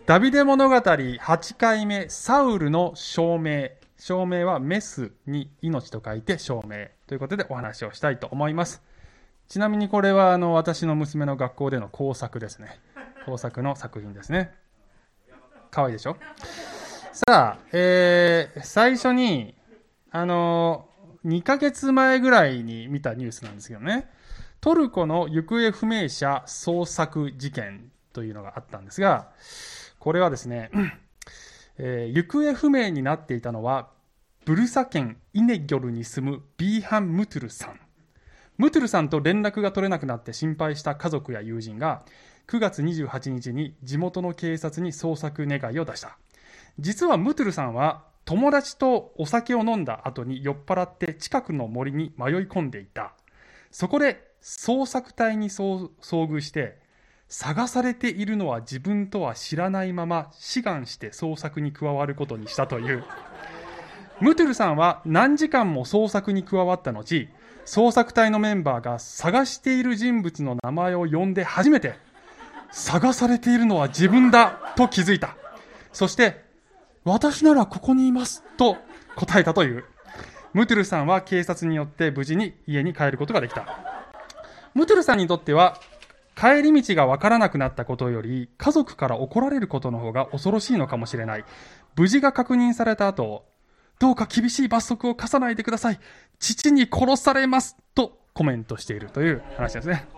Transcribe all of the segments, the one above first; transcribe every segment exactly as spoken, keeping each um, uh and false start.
ダビデ物語はちかいめ、サウルの証明。証明はメスに命と書いて証明ということでお話をしたいと思います。ちなみにこれはあの私の娘の学校での工作ですね。工作の作品ですね。かわいいでしょ。さあ、えー、最初にあのにかげつまえぐらいに見たニュースなんですけどね、トルコの行方不明者捜索事件というのがあったんですが、これはですね、えー、行方不明になっていたのはブルサ県イネギョルに住むビーハン・ムトゥルさん。ムトゥルさんと連絡が取れなくなって心配した家族や友人がくがつにじゅうはちにちに地元の警察に捜索願いを出した。実はムトゥルさんは友達とお酒を飲んだ後に酔っ払って近くの森に迷い込んでいた。そこで捜索隊に遭遇して探されているのは自分とは知らないまま志願して捜索に加わることにしたという。ムトゥルさんは何時間も捜索に加わった後、捜索隊のメンバーが探している人物の名前を呼んで初めて探されているのは自分だと気づいた。そして私ならここにいますと答えたという。ムトゥルさんは警察によって無事に家に帰ることができた。ムトゥルさんにとっては帰り道がわからなくなったことより家族から怒られることの方が恐ろしいのかもしれない。無事が確認された後、どうか厳しい罰則を課さないでください、父に殺されますとコメントしているという話ですね。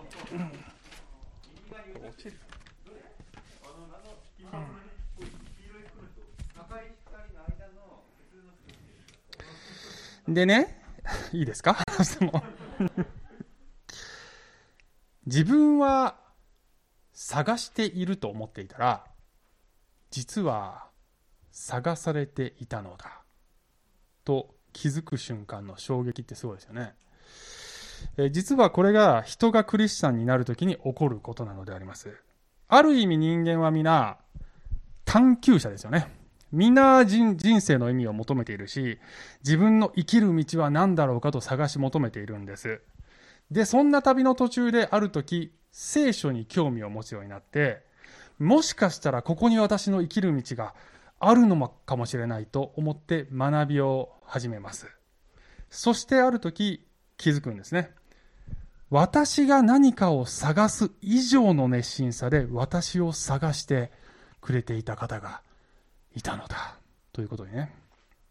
でね、いいですか自分は探していると思っていたら、実は探されていたのだと気づく瞬間の衝撃ってすごいですよね。え実はこれが人がクリスチャンになるときに起こることなのであります。ある意味人間は皆探求者ですよね。みんな 人, 人生の意味を求めているし、自分の生きる道は何だろうかと探し求めているんです。で、そんな旅の途中である時、聖書に興味を持つようになって、もしかしたらここに私の生きる道があるのかもしれないと思って学びを始めます。そしてある時気づくんですね。私が何かを探す以上の熱心さで私を探してくれていた方がいたのだということにね。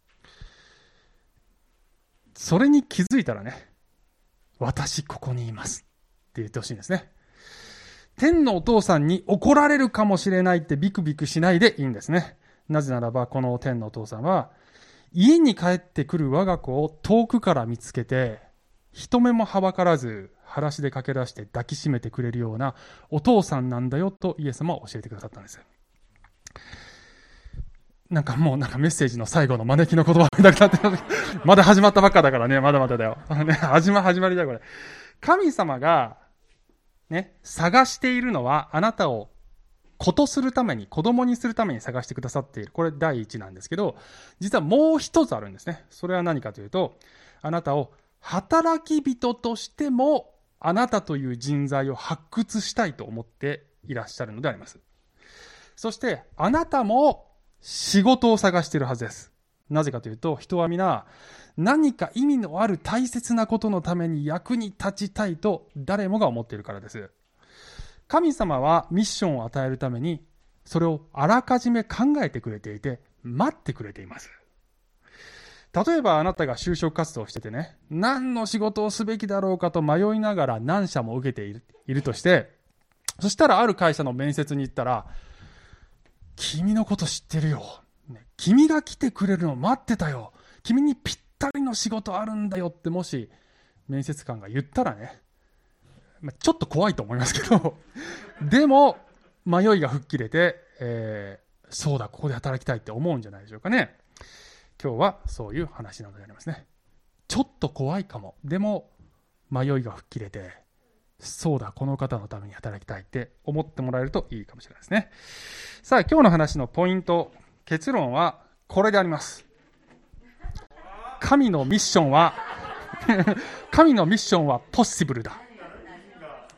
それに気づいたらね、私ここにいますって言ってほしいんですね。天のお父さんに怒られるかもしれないってビクビクしないでいいんですね。なぜならばこの天のお父さんは家に帰ってくる我が子を遠くから見つけて人目もはばからず裸足で駆け出して抱きしめてくれるようなお父さんなんだよとイエス様は教えてくださったんです。なんかもうなんかメッセージの最後の招きの言葉みたいになってまだ始まったばっかだからね、まだまだだよ。始ま、始まりだよこれ。神様がね、探しているのはあなたを子とするために、子供にするために探してくださっている。これ第一なんですけど、実はもう一つあるんですね。それは何かというと、あなたを働き人としてもあなたという人材を発掘したいと思っていらっしゃるのであります。そしてあなたも仕事を探しているはずです。なぜかというと、人は皆何か意味のある大切なことのために役に立ちたいと誰もが思っているからです。神様はミッションを与えるためにそれをあらかじめ考えてくれていて待ってくれています。例えばあなたが就職活動をしててね、何の仕事をすべきだろうかと迷いながら何社も受けている、いるとして、そしたらある会社の面接に行ったら、君のこと知ってるよ、君が来てくれるの待ってたよ、君にぴったりの仕事あるんだよってもし面接官が言ったらね、ちょっと怖いと思いますけどでも迷いが吹っ切れて、えー、そうだここで働きたいって思うんじゃないでしょうかね。今日はそういう話なのでありますね。ちょっと怖いかも、でも迷いが吹っ切れて、そうだこの方のために働きたいって思ってもらえるといいかもしれないですね。さあ今日の話のポイント、結論はこれであります。神のミッションは神のミッションはポッシブルだ。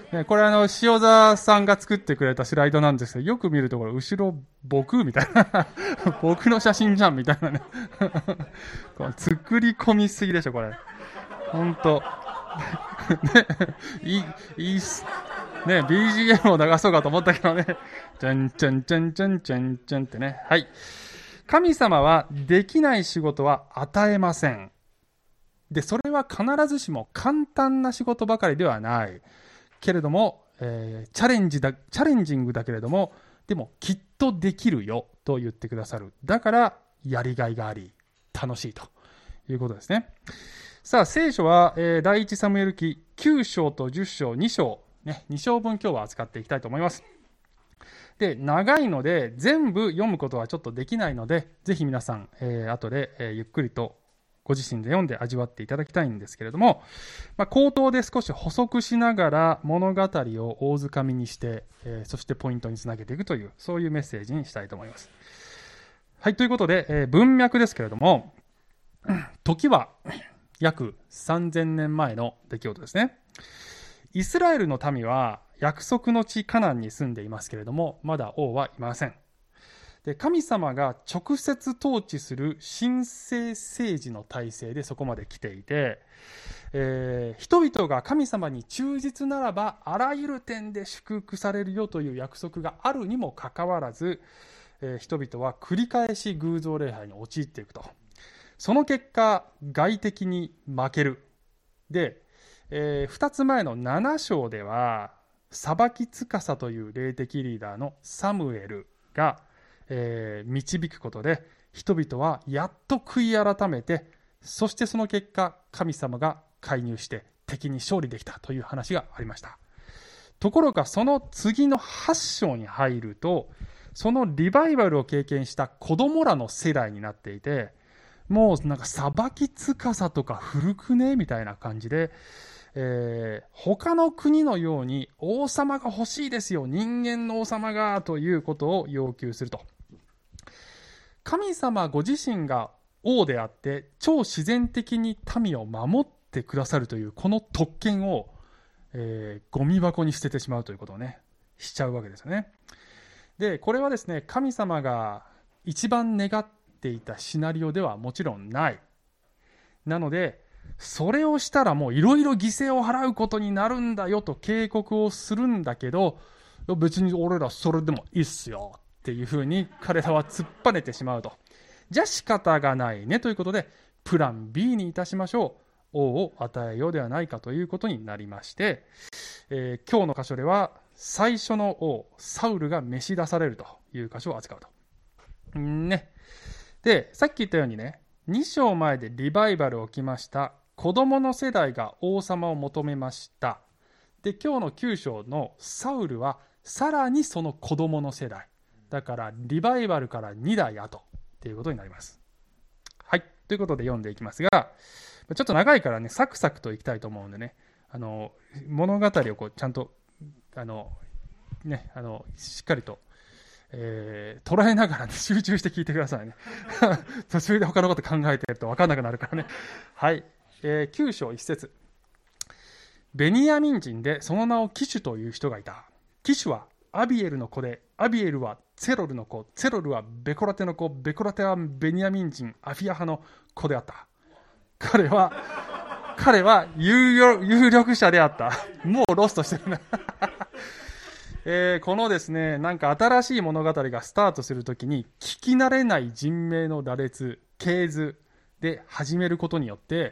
ね、これあの、塩沢さんが作ってくれたスライドなんですけど、よく見るところ、後ろ僕みたいな。僕の写真じゃんみたいなね。この作り込みすぎでしょ、これ。ほんと。ね、いい、いいっす。ね、ビージーエム を流そうかと思ったけどね。ちゃんちゃんちゃんちゃんちゃんちゃんってね。はい。神様はできない仕事は与えません。で、それは必ずしも簡単な仕事ばかりではない。けれども、えー、チャレンジだ、チャレンジングだけれども、でもきっとできるよと言ってくださる。だから、やりがいがあり、楽しいということですね。さあ、聖書は、えー、第一サムエル記きゅう章とじゅっ章、に章、ね、に章分今日は扱っていきたいと思います。で、長いので、全部読むことはちょっとできないので、ぜひ皆さん、えー、後で、えー、ゆっくりとご自身で読んで味わっていただきたいんですけれども、まあ、口頭で少し補足しながら物語を大づかみにして、えー、そしてポイントにつなげていくという、そういうメッセージにしたいと思います。はい、ということで、えー、文脈ですけれども、時は約さんぜんねんまえの出来事ですね。イスラエルの民は約束の地カナンに住んでいますけれども、まだ王はいません。で、神様が直接統治する神聖政治の体制でそこまで来ていて、えー、人々が神様に忠実ならばあらゆる点で祝福されるよという約束があるにもかかわらず、えー、人々は繰り返し偶像礼拝に陥っていくと。その結果、外敵に負ける。で、えー、二つ前のなな章では、裁き司という霊的リーダーのサムエルが、えー、導くことで、人々はやっと悔い改めて、そしてその結果、神様が介入して敵に勝利できたという話がありました。ところが、その次のはち章に入ると、そのリバイバルを経験した子供らの世代になっていて、もうなんか裁き司とか古くねみたいな感じで、えー、他の国のように王様が欲しいですよ、人間の王様がということを要求すると。神様ご自身が王であって超自然的に民を守ってくださるというこの特権を、えー、ゴミ箱に捨ててしまうということをねしちゃうわけですよね。で、これはですね、神様が一番願っていたシナリオではもちろんない。なのでそれをしたらもういろいろ犠牲を払うことになるんだよと警告をするんだけど、別に俺らそれでもいいっすよっていうふうに彼らは突っぱねてしまうと。じゃあ仕方がないねということで、プラン ビー にいたしましょう。王を与えようではないかということになりまして、えー、今日の箇所では最初の王サウルが召し出されるという箇所を扱うと。んね。で、さっき言ったようにね、に章前でリバイバル起きました。子供の世代が王様を求めました。で、今日のきゅう章のサウルはさらにその子供の世代。だからリバイバルからに代後ということになります。はい。ということで読んでいきますが、ちょっと長いからね、サクサクといきたいと思うんでね、あの、物語をこうちゃんと、あの、ね、あの、しっかりと、えー、捉えながら、ね、集中して聞いてくださいね。途中で他のこと考えてると分かんなくなるからね。はい。えー、きゅう章いち節。ベニヤミン人でその名をキシュという人がいた。キシュはアビエルの子で、アビエルはツェロルの子、ツェロルはベコラテの子、ベコラテはベニヤミン人アフィア派の子であった。彼は、彼は有力、有力者であった。もうロストしてるな。えー、このですね、なんか新しい物語がスタートするときに、聞き慣れない人名の羅列、系図で始めることによって、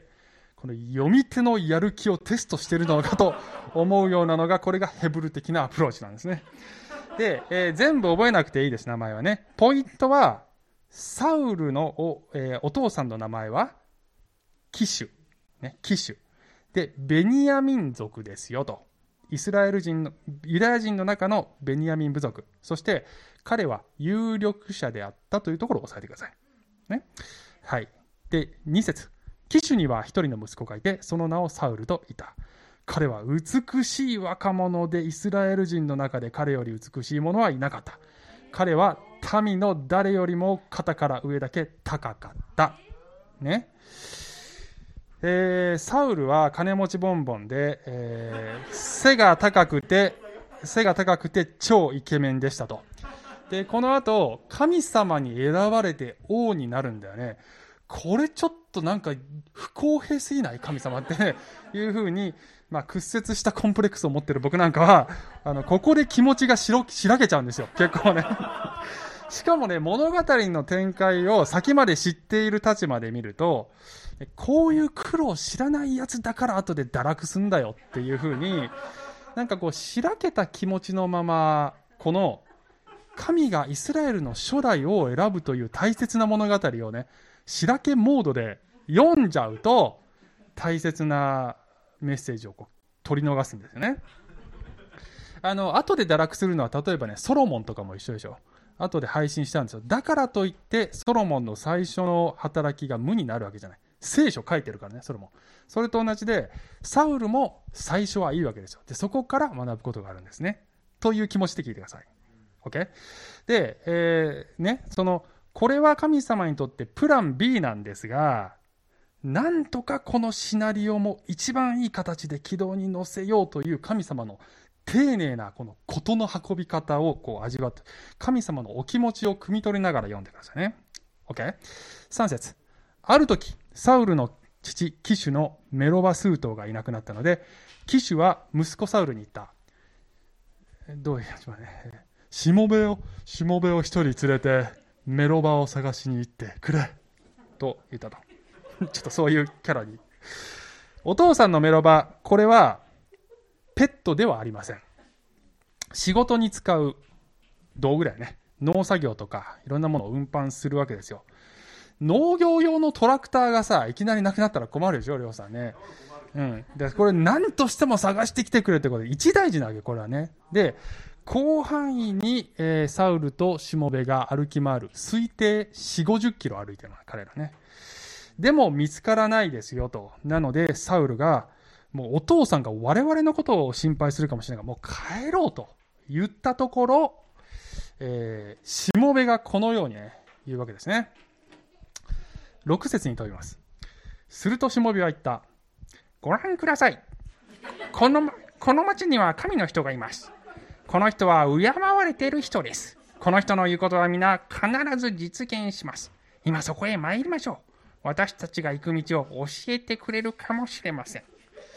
この読み手のやる気をテストしているのかと思うようなのが、これがヘブル的なアプローチなんですね。で、えー、全部覚えなくていいです、名前はね。ポイントは、サウルの お,、えー、お父さんの名前は、キシュ。ね、キシュ。で、ベニヤミン族ですよと。イスラエル人の、ユダヤ人の中のベニヤミン部族。そして、彼は有力者であったというところを押さえてください。ね。はい。で、に節。キシュには一人の息子がいて、その名をサウルといた。彼は美しい若者で、イスラエル人の中で彼より美しい者はいなかった。彼は民の誰よりも肩から上だけ高かった。ね。 えー、サウルは金持ちボンボンで、えー、背が高くて、背が高くて超イケメンでしたと。で、この後、神様に選ばれて王になるんだよね。これちょっとなんか不公平すぎない神様ってね、いう風に、まあ、屈折したコンプレックスを持ってる僕なんかは、あの、ここで気持ちがしろ、しらけちゃうんですよ。結構ね。しかもね、物語の展開を先まで知っている立場で見ると、こういう苦労を知らないやつだから後で堕落すんだよっていう風に、なんかこう、しらけた気持ちのまま、この、神がイスラエルの初代王を選ぶという大切な物語をね、しらけモードで読んじゃうと、大切なメッセージをこう取り逃すんですよね。あの、後で堕落するのは、例えばね、ソロモンとかも一緒でしょ。後で配信したんですよ。だからといって、ソロモンの最初の働きが無になるわけじゃない。聖書書いてるからね、ソロモン。それと同じで、サウルも最初はいいわけですよ。で、そこから学ぶことがあるんですね。という気持ちで聞いてください。OK？ で、えー、ね、その、これは神様にとってプラン ビー なんですが、なんとかこのシナリオも一番いい形で軌道に乗せようという神様の丁寧なこの事の運び方をこう味わって、神様のお気持ちを汲み取りながら読んでくださいね。OK？ さん節。ある時、サウルの父、キシュのメロバスートがいなくなったので、キシュは息子サウルに言った。どういうやつもね。しもべを、しもべを一人連れて、メロバを探しに行ってくれ。と言ったと。ちょっとそういうキャラに。お父さんのメロバ、これは、ペットではありません。仕事に使う道具だよね。農作業とか、いろんなものを運搬するわけですよ。農業用のトラクターがさ、いきなりなくなったら困るでしょ、りょうさんね。うん。で、これ何としても探してきてくれってことで、一大事なわけ、これはね。で、広範囲に、えー、サウルとしもべが歩き回る。推定よんじゅう、ごじゅっキロ歩いてるの、彼らね。でも見つからないですよと。なので、サウルが、もうお父さんが我々のことを心配するかもしれないが、もう帰ろうと言ったところ、えー、しもべがこのように、ね、言うわけですね。ろく節に飛びます。するとしもべは言った。ご覧ください。この、この町には神の人がいます。この人は敬われている人です。この人の言うことは皆必ず実現します。今そこへ参りましょう。私たちが行く道を教えてくれるかもしれません。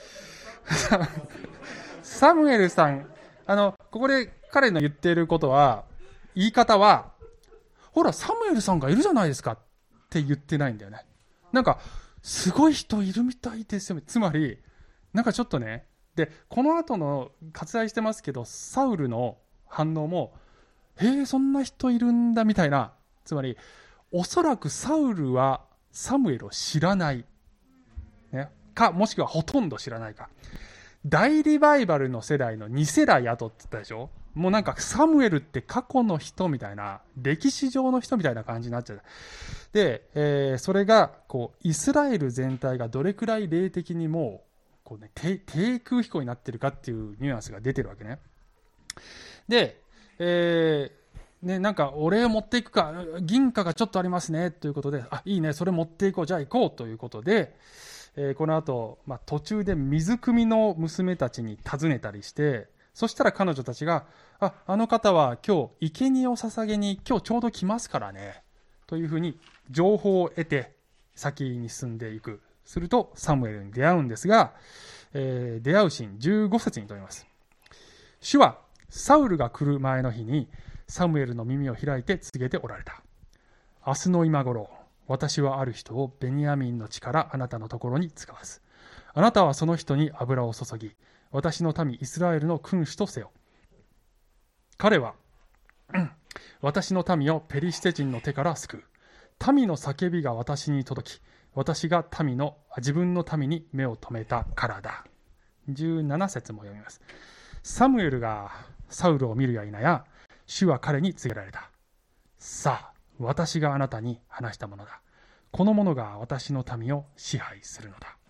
サムエルさん、あの、ここで彼の言っていることは、言い方は、ほら、サムエルさんがいるじゃないですかって言ってないんだよね。なんか、すごい人いるみたいですよ。つまり、なんかちょっとね、で、この後の割愛してますけど、サウルの反応も、へえ、そんな人いるんだみたいな、つまり、おそらくサウルはサムエルを知らない。ね、か、もしくはほとんど知らないか。大リバイバルの世代のに世代後って言ったでしょ。もうなんかサムエルって過去の人みたいな、歴史上の人みたいな感じになっちゃう。で、えー、それが、こう、イスラエル全体がどれくらい霊的にもう、こうね、低, 低空飛行になってるかっていうニュアンスが出てるわけね。で、えー、ね、なんか、お礼を持っていくか、銀貨がちょっとありますね、ということで、あ、いいね、それ持っていこう、じゃあ行こうということで、えー、この後、まあ、途中で水汲みの娘たちに尋ねたりして、そしたら彼女たちが、あ、あの方は今日、生贄を捧げに今日ちょうど来ますからね、というふうに情報を得て先に進んでいく。するとサムエルに出会うんですが、えー、出会うシーンじゅうご節にとります。主はサウルが来る前の日にサムエルの耳を開いて告げておられた。明日の今頃、私はある人をベニヤミンの地からあなたのところに使わす。あなたはその人に油を注ぎ、私の民イスラエルの君主とせよ。彼は、うん、私の民をペリシテ人の手から救う。民の叫びが私に届き、私が民の自分の民に目を留めたからだ。じゅうなな節も読みます。サムエルがサウルを見るや否や、主は彼に告げられた。さあ、私があなたに話したものだ。この者が私の民を支配するのだ。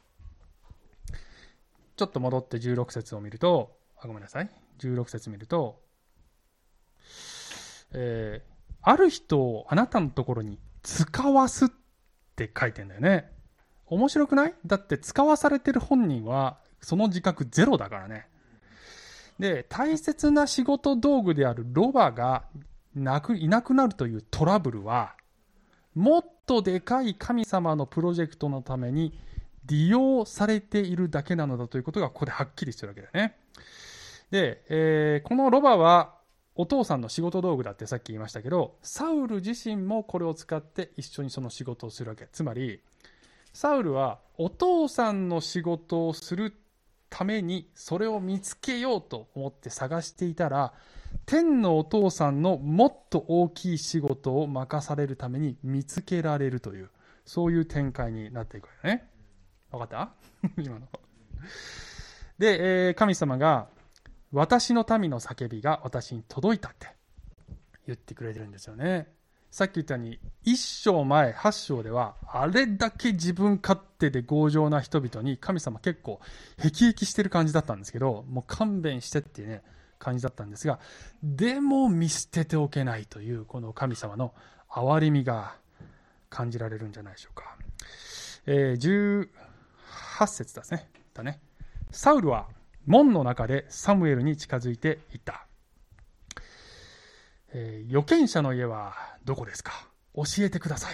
ちょっと戻ってじゅうろく節を見ると、あ、ごめんなさい。じゅうろく節見ると、えー、ある人をあなたのところに使わすって書いてんだよね。 面白くない？だって使わされてる本人はその自覚ゼロだからね。で、大切な仕事道具であるロバがなくいなくなるというトラブルは、もっとでかい神様のプロジェクトのために利用されているだけなのだということがここではっきりしてるわけだよね。で、えー、このロバはお父さんの仕事道具だってさっき言いましたけど、サウル自身もこれを使って一緒にその仕事をするわけ。つまり、サウルはお父さんの仕事をするためにそれを見つけようと思って探していたら、天のお父さんのもっと大きい仕事を任されるために見つけられるという、そういう展開になっていくよね。わかった今の。で、えー、神様が、私の民の叫びが私に届いたって言ってくれてるんですよね。さっき言ったように、一章前、八章では、あれだけ自分勝手で強情な人々に神様結構、へきへきしてる感じだったんですけど、もう勘弁してっていうね、感じだったんですが、でも見捨てておけないという、この神様の憐れみが感じられるんじゃないでしょうか。えー、じゅうはち節ですね。だね。サウルは門の中でサムエルに近づいていった。えー、預言者の家はどこですか？教えてください。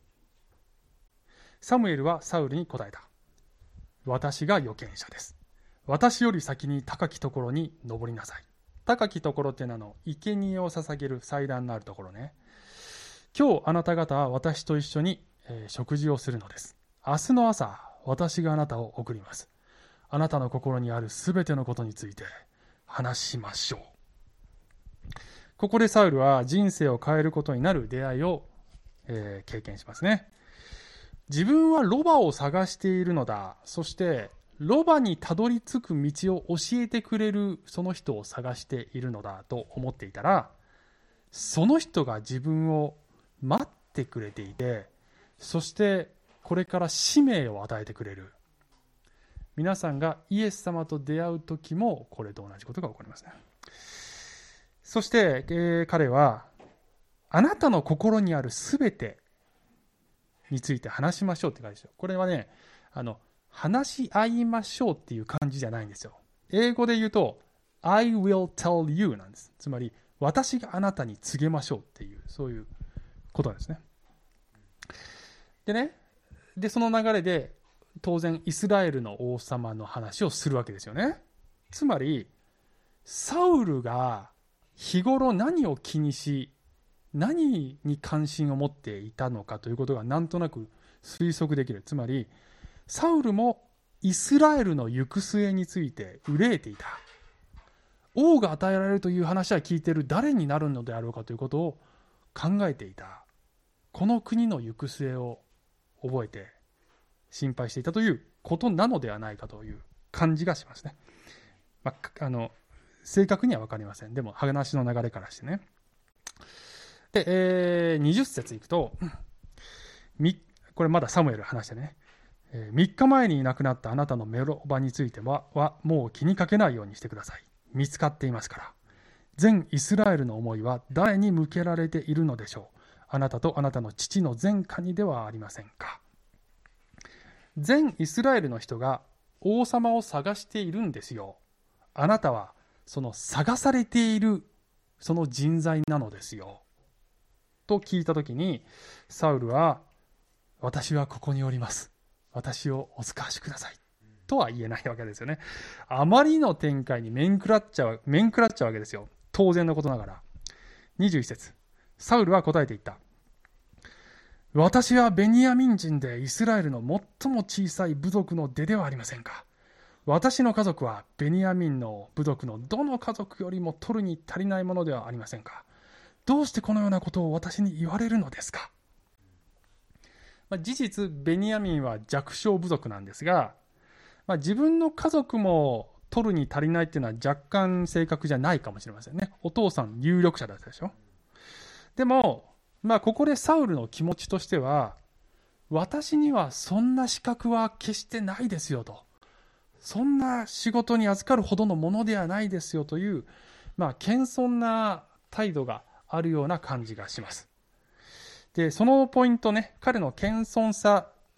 サムエルはサウルに答えた。私が預言者です。私より先に高きところに登りなさい。高きところっていうのはの生贄を捧げる祭壇のあるところね。今日あなた方は私と一緒に、えー、食事をするのです。明日の朝、私があなたを送ります。あなたの心にあるすべてのことについて話しましょう。ここでサウルは人生を変えることになる出会いを、えー、経験しますね。自分はロバを探しているのだ。そしてロバにたどり着く道を教えてくれるその人を探しているのだと思っていたら、その人が自分を待ってくれていて、そしてこれから使命を与えてくれる。皆さんがイエス様と出会う時もこれと同じことが起こりますね。そして、えー、彼はあなたの心にあるすべてについて話しましょうって書いてあるんですよ。これはね、あの話し合いましょうっていう感じじゃないんですよ。英語で言うと I will tell you なんです。つまり私があなたに告げましょうっていう、そういうことなんですね。でね、でその流れで当然イスラエルの王様の話をするわけですよね。つまりサウルが日頃何を気にし、何に関心を持っていたのかということがなんとなく推測できる。つまりサウルもイスラエルの行く末について憂えていた。王が与えられるという話は聞いている。誰になるのであろうかということを考えていた。この国の行く末を覚えて心配していたということなのではないかという感じがしますね。まあ、あの正確には分かりません。でも話の流れからしてね。で、えー、にじゅっ節いくと、これまだサムエル話してね、みっかまえにいなくなったあなたのメロバについては、はもう気にかけないようにしてください。見つかっていますから。全イスラエルの思いは誰に向けられているのでしょう。あなたとあなたの父の前科にではありませんか。全イスラエルの人が王様を探しているんですよ。あなたはその探されているその人材なのですよ。と聞いたときに、サウルは、私はここにおります。私をお使わしください。とは言えないわけですよね。あまりの展開に面食らっちゃう、面食らっちゃうわけですよ。当然のことながら。にじゅういち節。サウルは答えていった。私はベニヤミン人でイスラエルの最も小さい部族の出ではありませんか。私の家族はベニヤミンの部族のどの家族よりも取るに足りないものではありませんか。どうしてこのようなことを私に言われるのですか。まあ、事実ベニヤミンは弱小部族なんですが、まあ、自分の家族も取るに足りないっていうのは若干正確じゃないかもしれませんね。お父さん有力者だったでしょ。でも、まあ、ここでサウルの気持ちとしては、私にはそんな資格は決してないですよと、そんな仕事に預かるほどのものではないですよという、まあ、謙遜な態度があるような感じがします。で、そのポイントね、彼の謙遜さ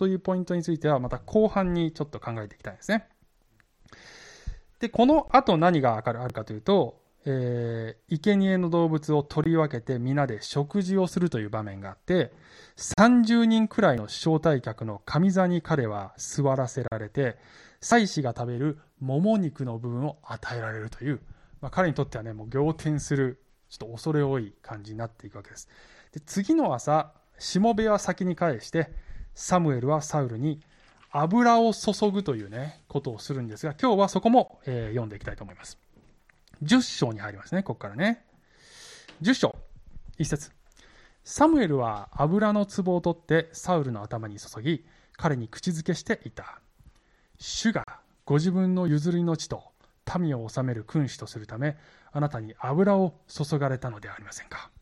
というポイントについてはまた後半にちょっと考えていきたいですね。で、この後何があるかというと、えー、生贄の動物を取り分けて皆で食事をするという場面があって、さんじゅうにんくらいの招待客の上座に彼は座らせられて、祭司が食べるもも肉の部分を与えられるという、まあ、彼にとってはね、もう仰天するちょっと恐れ多い感じになっていくわけです。で、次の朝、しもべは先に返して、サムエルはサウルに油を注ぐというね、ことをするんですが、今日はそこも、えー、読んでいきたいと思います。じゅっ章に入りますね、ここからね。じゅっ章、一節。サムエルは油の壺を取ってサウルの頭に注ぎ、彼に口づけしていた。主がご自分の譲りの地と民を治める君主とするため、あなたに油を注がれたのではありませんか。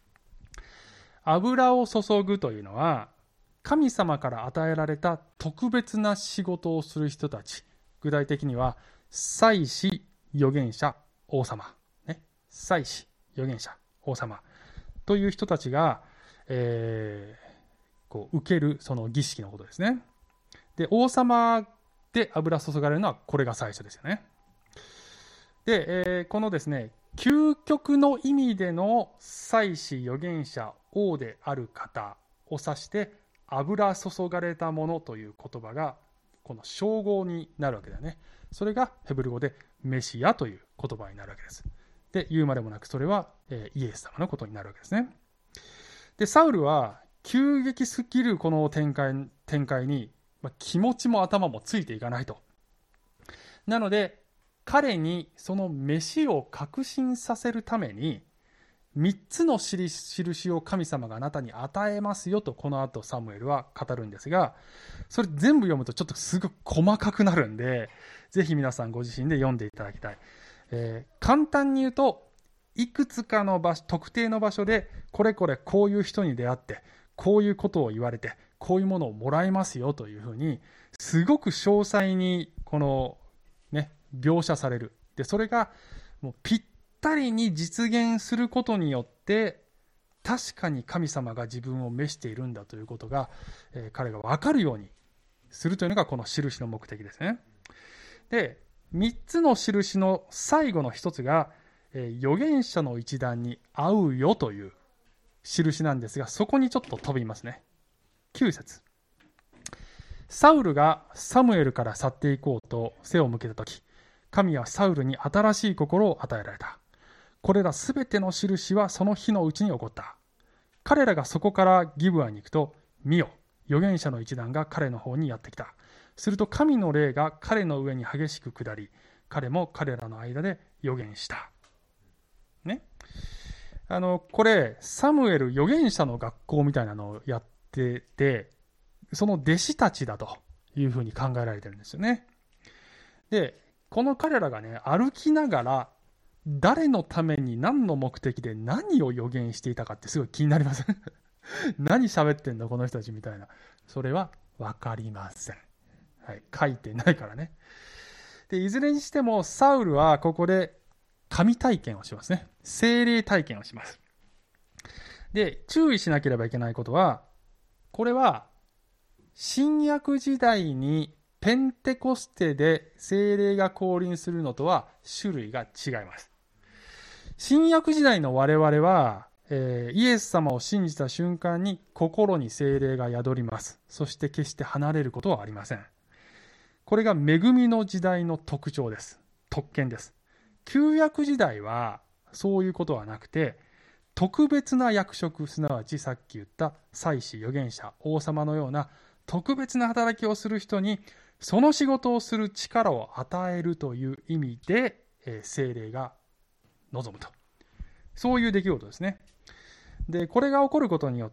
油を注ぐというのは、神様から与えられた特別な仕事をする人たち、具体的には祭司、預言者、王様、ね、祭司、預言者、王様という人たちが、えー、こう受けるその儀式のことですね。で、王様で油注がれるのはこれが最初ですよね。で、えー、このですね、究極の意味での祭司、預言者、王である方を指して油注がれたものという言葉がこの称号になるわけだよね。それがヘブル語でメシアという言葉になるわけです。で、言うまでもなくそれは、えー、イエス様のことになるわけですね。で、サウルは急激すぎるこの展開、展開に、まあ、気持ちも頭もついていかないと。なので彼にその飯を確信させるためにみっつの印を神様があなたに与えますよとこの後サムエルは語るんですが、それ全部読むとちょっとすごく細かくなるんで、ぜひ皆さんご自身で読んでいただきたい。えー、簡単に言うと、いくつかの場所、特定の場所でこれこれこういう人に出会ってこういうことを言われてこういうものをもらえますよというふうにすごく詳細にこのね描写される。で、それがもうぴったりに実現することによって確かに神様が自分を召しているんだということが、えー、彼が分かるようにするというのがこの印の目的ですね。で、みっつの印の最後の一つが、えー、預言者の一団に会うよという印なんですが、そこにちょっと飛びますね。きゅう節。サウルがサムエルから去っていこうと背を向けたとき、神はサウルに新しい心を与えられた。これらすべての印はその日のうちに起こった。彼らがそこからギブアに行くと、見よ、預言者の一団が彼の方にやってきた。すると神の霊が彼の上に激しく下り、彼も彼らの間で預言した。ね。あの、これ、サムエル預言者の学校みたいなのをやってて、その弟子たちだというふうに考えられてるんですよね。で、この彼らがね、歩きながら、誰のために何の目的で何を予言していたかってすごい気になりません何喋ってんのこの人たちみたいな。それは分かりません。はい、書いてないからね。で、いずれにしてもサウルはここで神体験をしますね。聖霊体験をします。で、注意しなければいけないことは、これは新約時代にペンテコステで聖霊が降臨するのとは種類が違います。新約時代の我々は、えー、イエス様を信じた瞬間に心に聖霊が宿ります。そして決して離れることはありません。これが恵みの時代の特徴です。特権です。旧約時代はそういうことはなくて、特別な役職、すなわちさっき言った祭司、預言者、王様のような特別な働きをする人にその仕事をする力を与えるという意味で、えー、聖霊が望むと。そういう出来事ですね。で、これが起こることによって、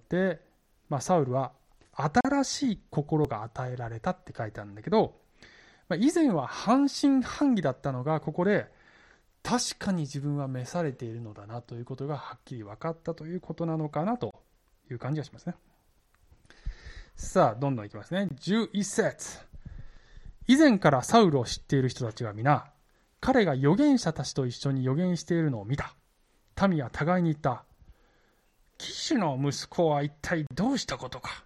まあ、サウルは新しい心が与えられたって書いてあるんだけど、まあ、以前は半信半疑だったのが、ここで確かに自分は召されているのだなということがはっきり分かったということなのかなという感じがしますね。さあ、どんどんいきますね。じゅういち節。以前からサウルを知っている人たちは皆、彼が預言者たちと一緒に預言しているのを見た。民は互いに言った。騎手の息子は一体どうしたことか。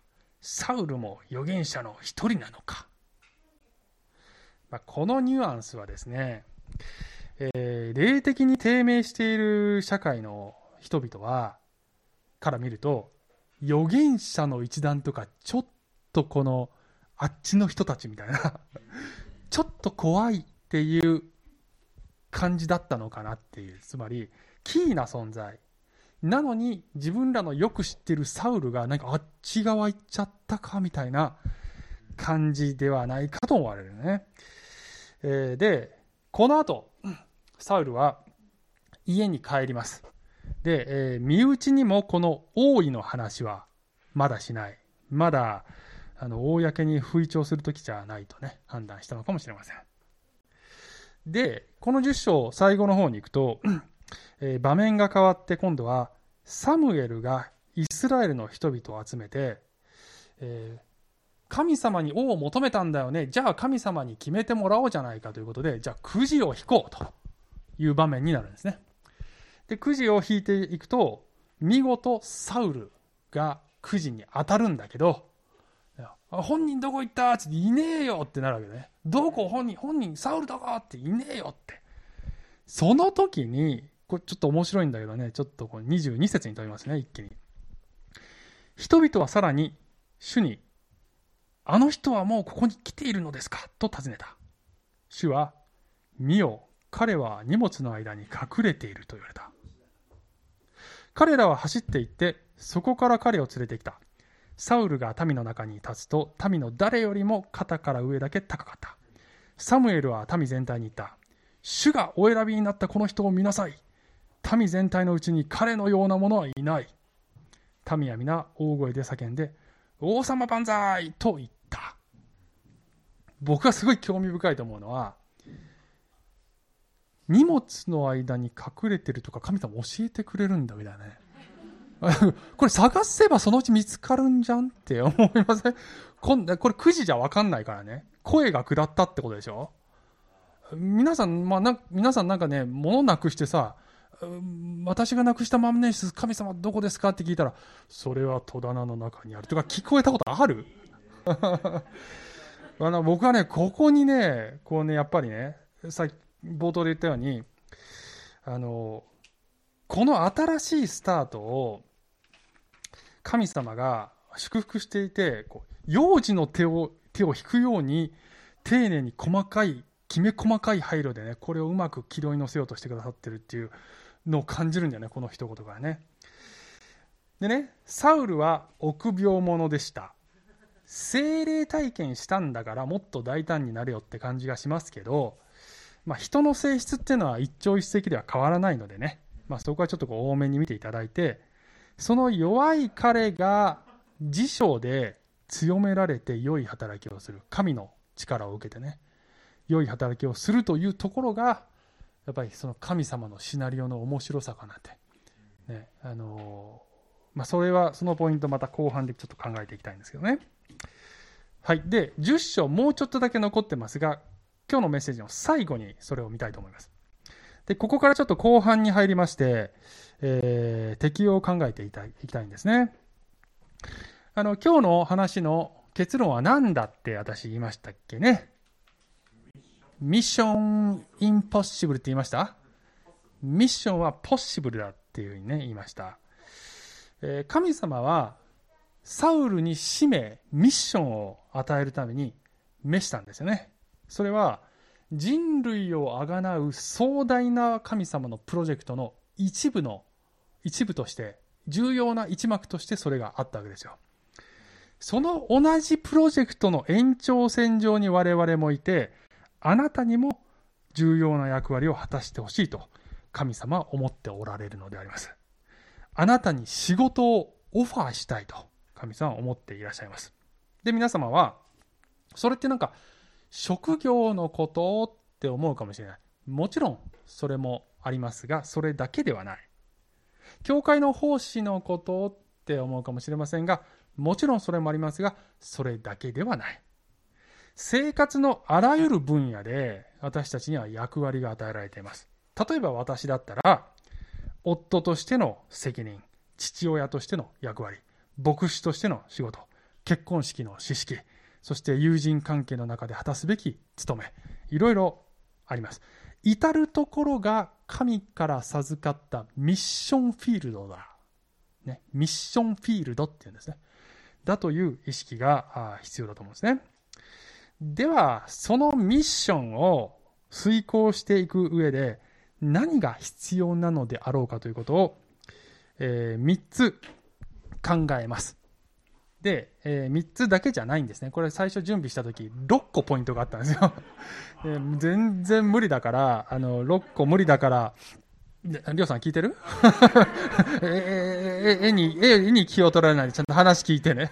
サウルも預言者の一人なのか。まあ、このニュアンスはですね、えー、霊的に低迷している社会の人々はから見ると、預言者の一団とかちょっとこのあっちの人たちみたいなちょっと怖いっていう感じだったのかなっていう、つまりキーな存在なのに自分らのよく知っているサウルがなんかあっち側行っちゃったかみたいな感じではないかと思われるね。えー、でこの後サウルは家に帰ります。で、えー、身内にもこの王位の話はまだしない。まだあの公に吹聴する時じゃないとね判断したのかもしれません。でこのじゅっ章最後の方に行くと、えー、場面が変わって今度はサムエルがイスラエルの人々を集めて、えー、神様に王を求めたんだよね、じゃあ神様に決めてもらおうじゃないかということで、じゃあくじを引こうという場面になるんですね。でくじを引いていくと見事サウルがくじに当たるんだけど、本人どこ行ったっていねえよってなるわけね。どこ本人本人サウルどこっていねえよって。その時にこれちょっと面白いんだけどね、ちょっとこれにじゅうに節に飛びますね。一気に人々はさらに主に、あの人はもうここに来ているのですかと尋ねた。主は、見よ、彼は荷物の間に隠れていると言われた。彼らは走って行ってそこから彼を連れてきた。サウルが民の中に立つと民の誰よりも肩から上だけ高かった。サムエルは民全体に言った。主がお選びになったこの人を見なさい。民全体のうちに彼のような者はいない。民は皆大声で叫んで、王様万歳と言った。僕がすごい興味深いと思うのは、荷物の間に隠れてるとか神様教えてくれるんだみたいなね。これ探せばそのうち見つかるんじゃんって思いません？こんこれくじじゃ分かんないからね。声が下ったってことでしょ。皆さん、まあ、な皆さんなんかね、物なくしてさ、私がなくした万年筆神様どこですかって聞いたら、それは戸棚の中にあるとか聞こえたことある？あの僕はね、ここにね、こうね、やっぱりね、さっき冒頭で言ったように、あのこの新しいスタートを神様が祝福していて、こう幼児の手を手を引くように丁寧に細かいきめ細かい配慮でね、これをうまく軌道に乗せようとしてくださってるっていうのを感じるんだよね、この一言からね。でね、サウルは臆病者でした。聖霊体験したんだからもっと大胆になれよって感じがしますけど、まあ、人の性質っていうのは一朝一夕では変わらないのでね、まあ、そこはちょっとこう多めに見ていただいて、その弱い彼が自章で強められて良い働きをする、神の力を受けてね、良い働きをするというところがやっぱりその神様のシナリオの面白さかなって、ね、あのーまあ、それはそのポイントまた後半でちょっと考えていきたいんですけどね。はい。でじゅっ章もうちょっとだけ残ってますが、今日のメッセージの最後にそれを見たいと思います。でここからちょっと後半に入りまして、えー、適用を考えていきたい、いきたいんですね。あの今日の話の結論は何だって私言いましたっけね。ミッションインポッシブルって言いました？ミッションはポッシブルだっていうふうにね言いました。えー、神様はサウルに使命、ミッションを与えるために召したんですよね。それは人類をあがなう壮大な神様のプロジェクトの一部の一部として、重要な一幕としてそれがあったわけですよ。その同じプロジェクトの延長線上に我々もいて、あなたにも重要な役割を果たしてほしいと神様は思っておられるのであります。あなたに仕事をオファーしたいと神様は思っていらっしゃいます。で、皆様はそれってなんか職業のことって思うかもしれない。もちろんそれもありますが、それだけではない。教会の奉仕のことって思うかもしれませんが、もちろんそれもありますが、それだけではない。生活のあらゆる分野で私たちには役割が与えられています。例えば私だったら、夫としての責任、父親としての役割、牧師としての仕事、 結婚式の知識、そして友人関係の中で果たすべき務め、いろいろあります。至るところが神から授かったミッションフィールドだ。ね、ミッションフィールドっていうんですね。だという意識が必要だと思うんですね。では、そのミッションを遂行していく上で何が必要なのであろうかということを、えー、みっつ考えます。で、えー、みっつだけじゃないんですね。これ最初準備したときろっこポイントがあったんですよ。えー、全然無理だから、あの、ろっこ無理だから、りょうさん聞いてるえー、絵に、絵に気を取られないでちゃんと話聞いてね。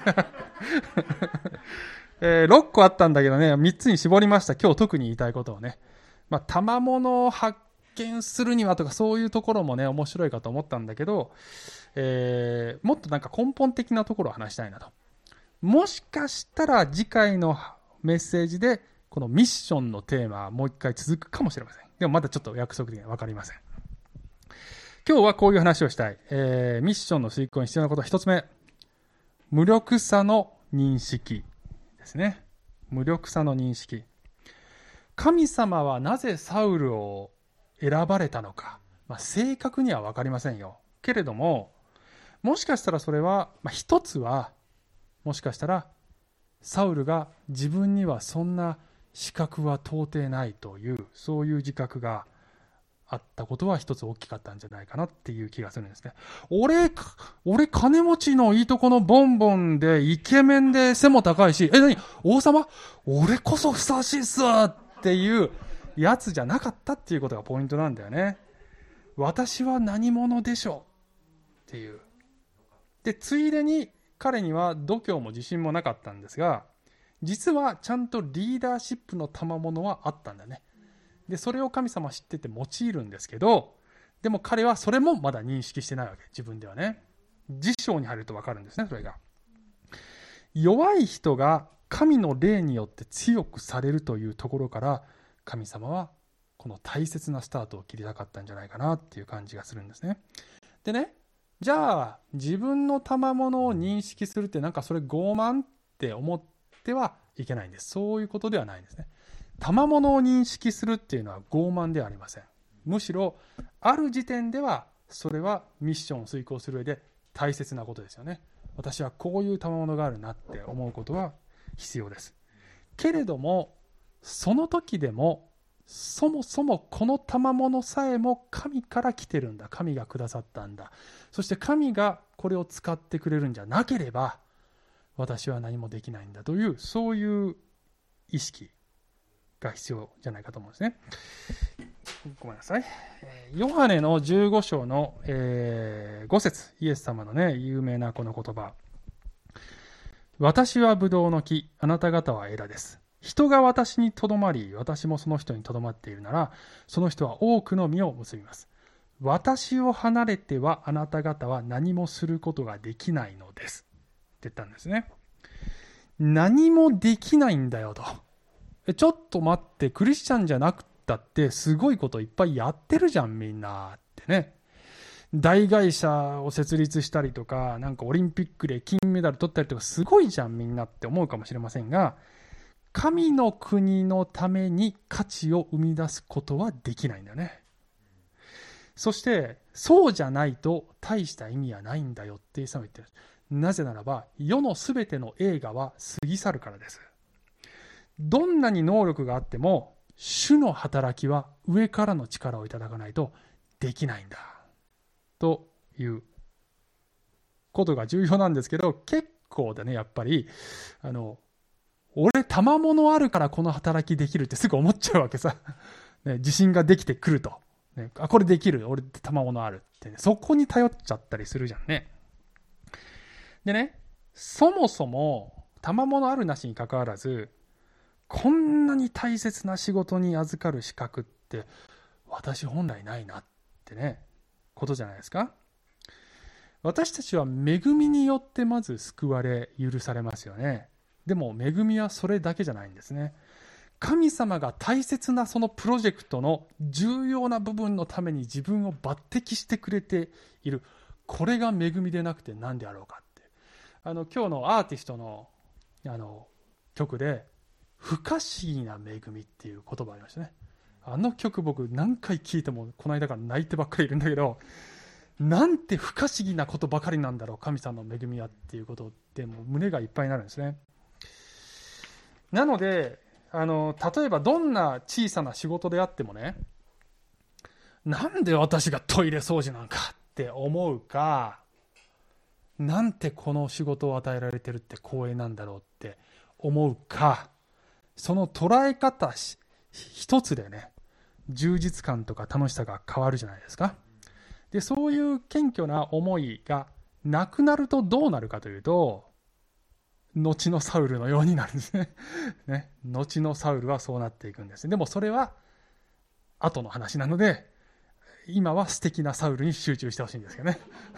えー、ろっこあったんだけどね、みっつに絞りました。今日特に言いたいことをね。まあ、賜物を発見するにはとかそういうところもね、面白いかと思ったんだけど、えー、もっとなんか根本的なところを話したいなと。もしかしたら次回のメッセージでこのミッションのテーマはもう一回続くかもしれません。でもまだちょっと約束的には分かりません。今日はこういう話をしたい。えー、ミッションの遂行に必要なこと一つ目。無力さの認識ですね。無力さの認識。神様はなぜサウルを選ばれたのか。まあ、正確には分かりませんよ。けれども、もしかしたらそれは、まあ、一つは、もしかしたらサウルが自分にはそんな資格は到底ないというそういう自覚があったことは一つ大きかったんじゃないかなっていう気がするんですね。俺、俺金持ちのいいとこのボンボンでイケメンで背も高いし、え、何王様俺こそふさわしいっすっていうやつじゃなかったっていうことがポイントなんだよね。私は何者でしょうっていう。で、ついでに彼には度胸も自信もなかったんですが、実はちゃんとリーダーシップの賜物はあったんだね。で、それを神様は知ってて用いるんですけど、でも彼はそれもまだ認識してないわけ。自分ではね。辞書に入ると分かるんですね、それが。弱い人が神の霊によって強くされるというところから、神様はこの大切なスタートを切りたかったんじゃないかなっていう感じがするんですね。でね、じゃあ自分の賜物を認識するってなんかそれ傲慢って思ってはいけないんです。そういうことではないんですね。賜物を認識するっていうのは傲慢ではありません。むしろある時点ではそれはミッションを遂行する上で大切なことですよね。私はこういう賜物があるなって思うことは必要です。けれどもその時でもそもそもこの賜物さえも神から来てるんだ。神がくださったんだ。そして神がこれを使ってくれるんじゃなければ私は何もできないんだというそういう意識が必要じゃないかと思うんですね。ごめんなさい。ヨハネのじゅうご章の、えー、ご節、イエス様のね有名なこの言葉。私はブドウの木、あなた方は枝です。人が私にとどまり、私もその人にとどまっているなら、その人は多くの実を結びます。私を離れてはあなた方は何もすることができないのです。って言ったんですね。何もできないんだよと。え、ちょっと待って、クリスチャンじゃなくったってすごいこといっぱいやってるじゃんみんなってね。大会社を設立したりとか、なんかオリンピックで金メダル取ったりとかすごいじゃんみんなって思うかもしれませんが、神の国のために価値を生み出すことはできないんだよね。そしてそうじゃないと大した意味はないんだよってイエス様は言ってる。なぜならば世のすべての栄華は過ぎ去るからです。どんなに能力があっても主の働きは上からの力をいただかないとできないんだということが重要なんですけど、結構だねやっぱりあの俺賜物あるからこの働きできるってすぐ思っちゃうわけさ、ね、自信ができてくると、ね、あこれできる俺賜物あるって、ね、そこに頼っちゃったりするじゃんね。でね、そもそも賜物あるなしに関わらずこんなに大切な仕事に預かる資格って私本来ないなってねことじゃないですか。私たちは恵みによってまず救われ許されますよね。でも恵みはそれだけじゃないんですね。神様が大切なそのプロジェクトの重要な部分のために自分を抜擢してくれている。これが恵みでなくて何であろうかって。あの今日のアーティストのあの曲で不可思議な恵みっていう言葉ありましたね。あの曲僕何回聴いてもこの間から泣いてばっかりいるんだけど、なんて不可思議なことばかりなんだろう神様の恵みはっていうことでもう胸がいっぱいになるんですね。なのであの例えばどんな小さな仕事であってもね、なんで私がトイレ掃除なんかって思うか、なんてこの仕事を与えられてるって光栄なんだろうって思うか、その捉え方一つでね、充実感とか楽しさが変わるじゃないですか。で、そういう謙虚な思いがなくなるとどうなるかというと、後のサウルのようになるんですね。ね、後のサウルはそうなっていくんです。でもそれは後の話なので、今は素敵なサウルに集中してほしいんですけどね。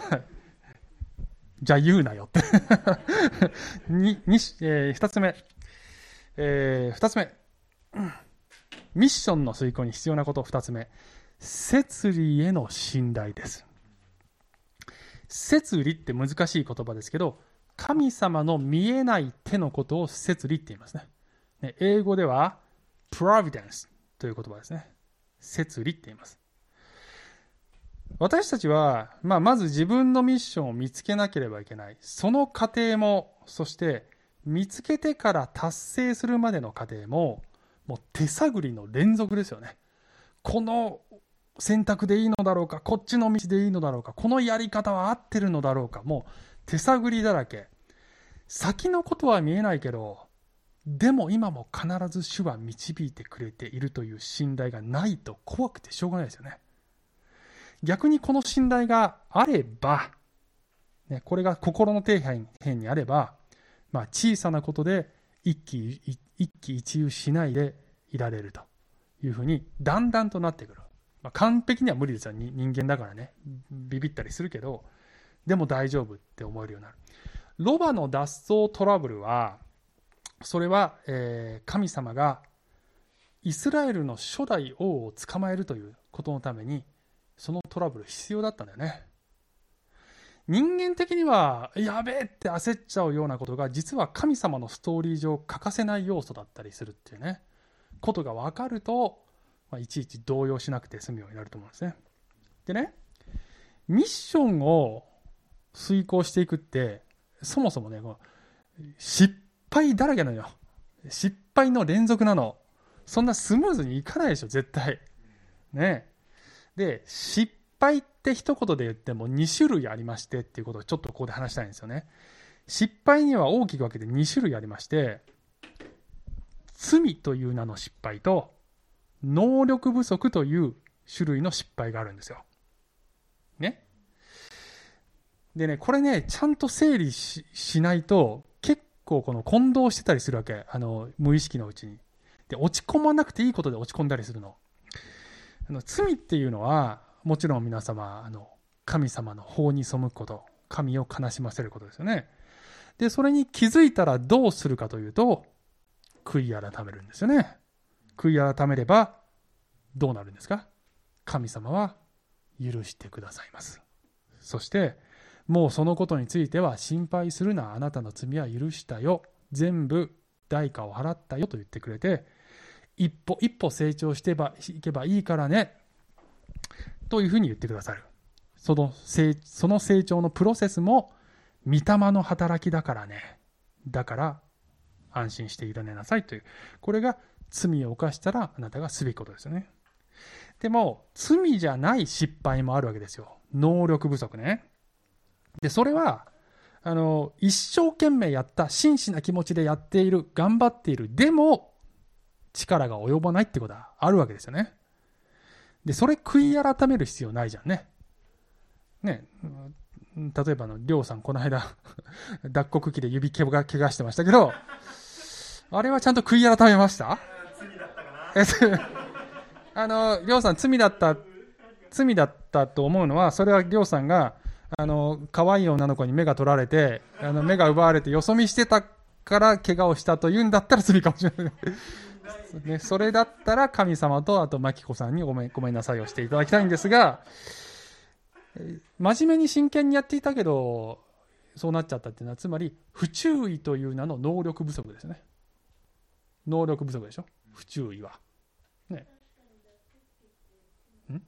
じゃあ言うなよってにに、えー、ふたつめ、えー、ふたつめ、ミッションの遂行に必要なこと。ふたつめ、摂理への信頼です。摂理って難しい言葉ですけど、神様の見えない手のことを摂理って言いますね。ね、英語では providence という言葉ですね。摂理って言います。私たちは、まあ、まず自分のミッションを見つけなければいけない。その過程も、そして見つけてから達成するまでの過程も、もう手探りの連続ですよね。この選択でいいのだろうか、こっちの道でいいのだろうか、このやり方は合ってるのだろうか、もう手探りだらけ。先のことは見えないけど、でも今も必ず主は導いてくれているという信頼がないと怖くてしょうがないですよね。逆にこの信頼があれば、ね、これが心の底辺にあれば、まあ、小さなことで一喜一喜一憂しないでいられるというふうにだんだんとなってくる。まあ、完璧には無理ですよ、人間だからね、ビビったりするけど、でも大丈夫って思えるようになる。ロバの脱走トラブルは、それは、えー、神様がイスラエルの初代王を捕まえるということのためにそのトラブル必要だったんだよね。人間的にはやべえって焦っちゃうようなことが実は神様のストーリー上欠かせない要素だったりするっていうねことが分かると、まあ、いちいち動揺しなくて済むようになると思うんですね。でね、ミッションを遂行していくってそもそもね、この失敗だらけなのよ。失敗の連続なの。そんなスムーズにいかないでしょ絶対ね。で、失敗って一言で言ってもに種類ありましてっていうことをちょっとここで話したいんですよね。失敗には大きく分けてに種類ありまして、罪という名の失敗と能力不足という種類の失敗があるんですよ。ね。でね、これね、ちゃんと整理 し, しないと結構この混同してたりするわけ。あの無意識のうちに。で、落ち込まなくていいことで落ち込んだりするの。あの罪っていうのはもちろん皆様あの神様の法に背くこと、神を悲しませることですよね。で、それに気づいたらどうするかというと悔い改めるんですよね。悔い改めればどうなるんですか？神様は許してくださいます。そしてもうそのことについては心配するな、あなたの罪は許したよ、全部代価を払ったよと言ってくれて、一歩一歩成長していけばいいからねというふうに言ってくださる。その成、その成長のプロセスも御霊の働きだからね、だから安心して委ねなさいという、これが罪を犯したらあなたがすべきことですよね。でも罪じゃない失敗もあるわけですよ。能力不足ね。で、それはあの一生懸命やった、真摯な気持ちでやっている、頑張っている、でも力が及ばないってことはあるわけですよね。で、それ悔い改める必要ないじゃんね。ね、例えばのりょうさんこの間脱穀機で指怪我怪我してましたけど、あれはちゃんと悔い改めました？ 罪だったかな。 あのりょうさん罪だった罪だったと思うのは、それはりょうさんがあの可愛い女の子に目が取られて、あの目が奪われてよそ見してたから怪我をしたというんだったら罪かもしれないね、それだったら神様とあとマキコさんにごめんごめんなさいをしていただきたいんですが、真面目に真剣にやっていたけどそうなっちゃったっていうのは、つまり不注意という名の能力不足ですよね。能力不足でしょ、不注意は。ね。ん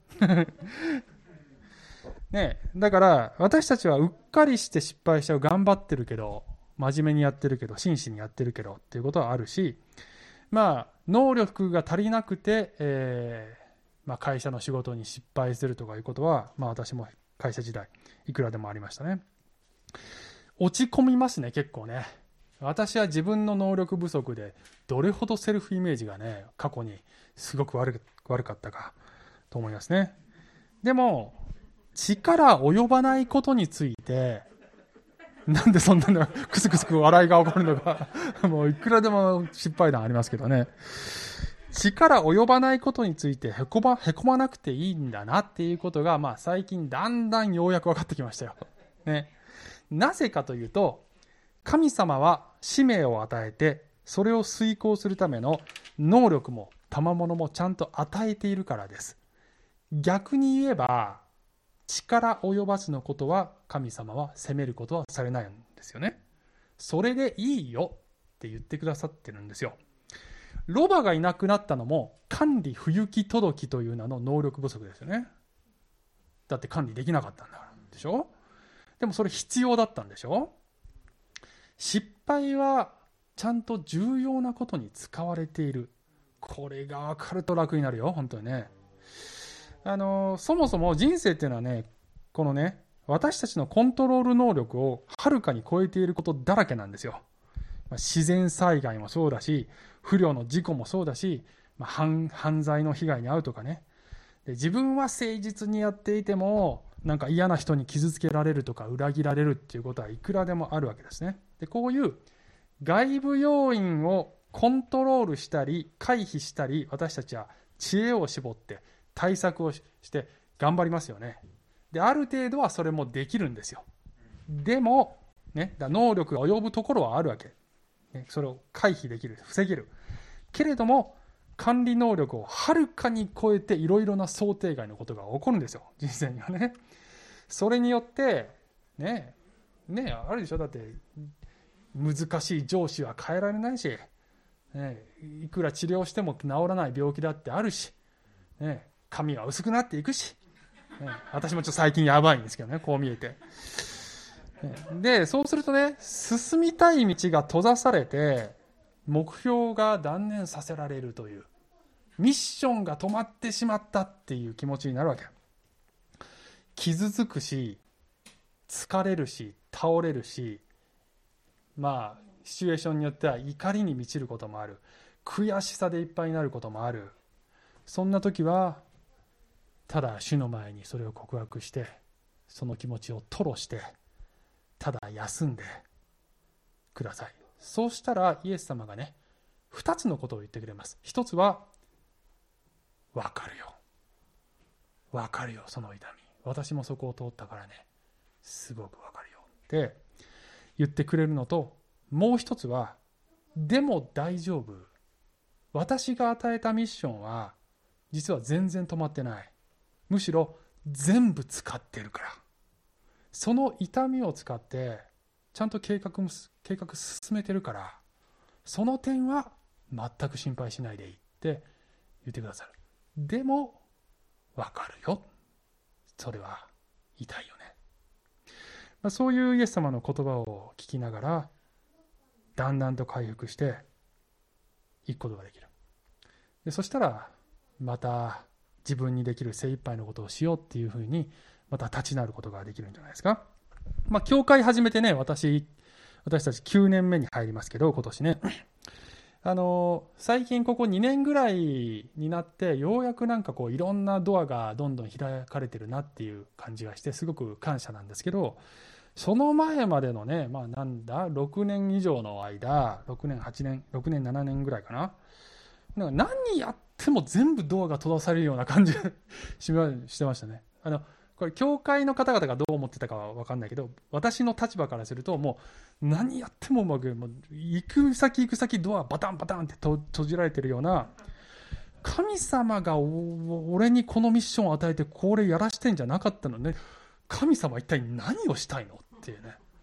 ね、だから私たちはうっかりして失敗しちゃう、頑張ってるけど、真面目にやってるけど、真摯にやってるけどっていうことはあるし、まあ能力が足りなくて、えーまあ、会社の仕事に失敗するとかいうことは、まあ、私も会社時代いくらでもありましたね。落ち込みますね、結構ね。私は自分の能力不足でどれほどセルフイメージがね、過去にすごく悪悪かったかと思いますね。でも力及ばないことについて、なんでそんなのクスクス笑いが起こるのかもういくらでも失敗談ありますけどね。力及ばないことについてへこま、へこまなくていいんだなっていうことが、まあ最近だんだんようやく分かってきましたよ。ね。なぜかというと、神様は使命を与えて、それを遂行するための能力も賜物もちゃんと与えているからです。逆に言えば、力及ばずのことは神様は責めることはされないんですよね。それでいいよって言ってくださってるんですよ。ロバがいなくなったのも管理不行き届きという名の能力不足ですよね。だって管理できなかったんだからでしょ。でもそれ必要だったんでしょ。失敗はちゃんと重要なことに使われている。これが分かると楽になるよ、本当にね。あのそもそも人生っていうのはね、このね、私たちのコントロール能力をはるかに超えていることだらけなんですよ。自然災害もそうだし、不慮の事故もそうだし、まあ、犯, 犯罪の被害に遭うとかね。で、自分は誠実にやっていてもなんか嫌な人に傷つけられるとか裏切られるっていうことはいくらでもあるわけですね。で、こういう外部要因をコントロールしたり回避したり、私たちは知恵を絞って対策をして頑張りますよね。で、ある程度はそれもできるんですよ。でも、ね、だ能力が及ぶところはあるわけ。ね、それを回避できる、防げる。けれども、管理能力をはるかに超えていろいろな想定外のことが起こるんですよ、人生にはね。それによって、ね、ね、あるでしょ、だって、難しい上司は変えられないし、ね、いくら治療しても治らない病気だってあるし、ね、髪は薄くなっていくし、ね、私もちょっと最近やばいんですけどね、こう見えて。で、そうするとね、進みたい道が閉ざされて、目標が断念させられるという、ミッションが止まってしまったっていう気持ちになるわけ。傷つくし、疲れるし、倒れるし、まあ、シチュエーションによっては怒りに満ちることもある。悔しさでいっぱいになることもある。そんな時は、ただ主の前にそれを告白して、その気持ちを吐露して、ただ休んでください。そうしたらイエス様がね、二つのことを言ってくれます。一つは、わかるよ。わかるよ、その痛み。私もそこを通ったからね、すごくわかるよって言ってくれるのと、もう一つは、でも大丈夫。私が与えたミッションは、実は全然止まってない。むしろ全部使ってるから。その痛みを使ってちゃんと計画も計画進めてるから、その点は全く心配しないでいいって言ってくださる。でも分かるよ、それは痛いよね。まあ、そういうイエス様の言葉を聞きながらだんだんと回復していくことができる。でそしたらまた自分にできる精一杯のことをしようっていうふうにまた立ち直ることができるんじゃないですか。まあ、教会始めてね、私、私たちきゅうねんめに入りますけど、今年ね。あの、最近ここにねんぐらいになって、ようやくなんかこう、いろんなドアがどんどん開かれてるなっていう感じがして、すごく感謝なんですけど、その前までのね、まあなんだ、ろくねん以上の間、ろくねん、はちねん、ろくねん、ななねんぐらいかな。なんか何やっても全部ドアが閉ざされるような感じしてましたね。あの、これ教会の方々がどう思ってたかは分かんないけど、私の立場からするともう何やってもうまく、もう行く先行く先ドアバタンバタンってと閉じられてるような、神様が俺にこのミッションを与えてこれやらしてんじゃなかったのね。神様一体何をしたいのっていうね、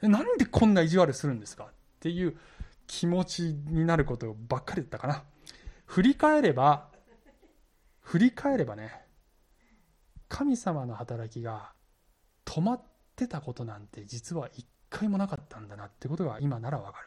なんでこんな意地悪するんですかっていう気持ちになることばっかりだったかな。振り返れば振り返ればね、神様の働きが止まってたことなんて実は一回もなかったんだなってことが今ならわかる。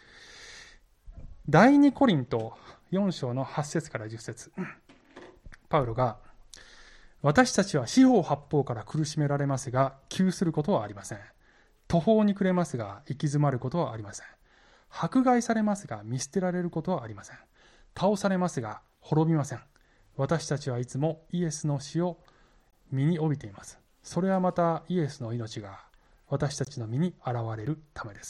第二コリントよん章のはち節からじゅっ節、パウロが、私たちは四方八方から苦しめられますが窮することはありません。途方に暮れますが行き詰まることはありません。迫害されますが見捨てられることはありません。倒されますが滅びません。私たちはいつもイエスの死を身に帯びています。それはまたイエスの命が私たちの身に現れるためです。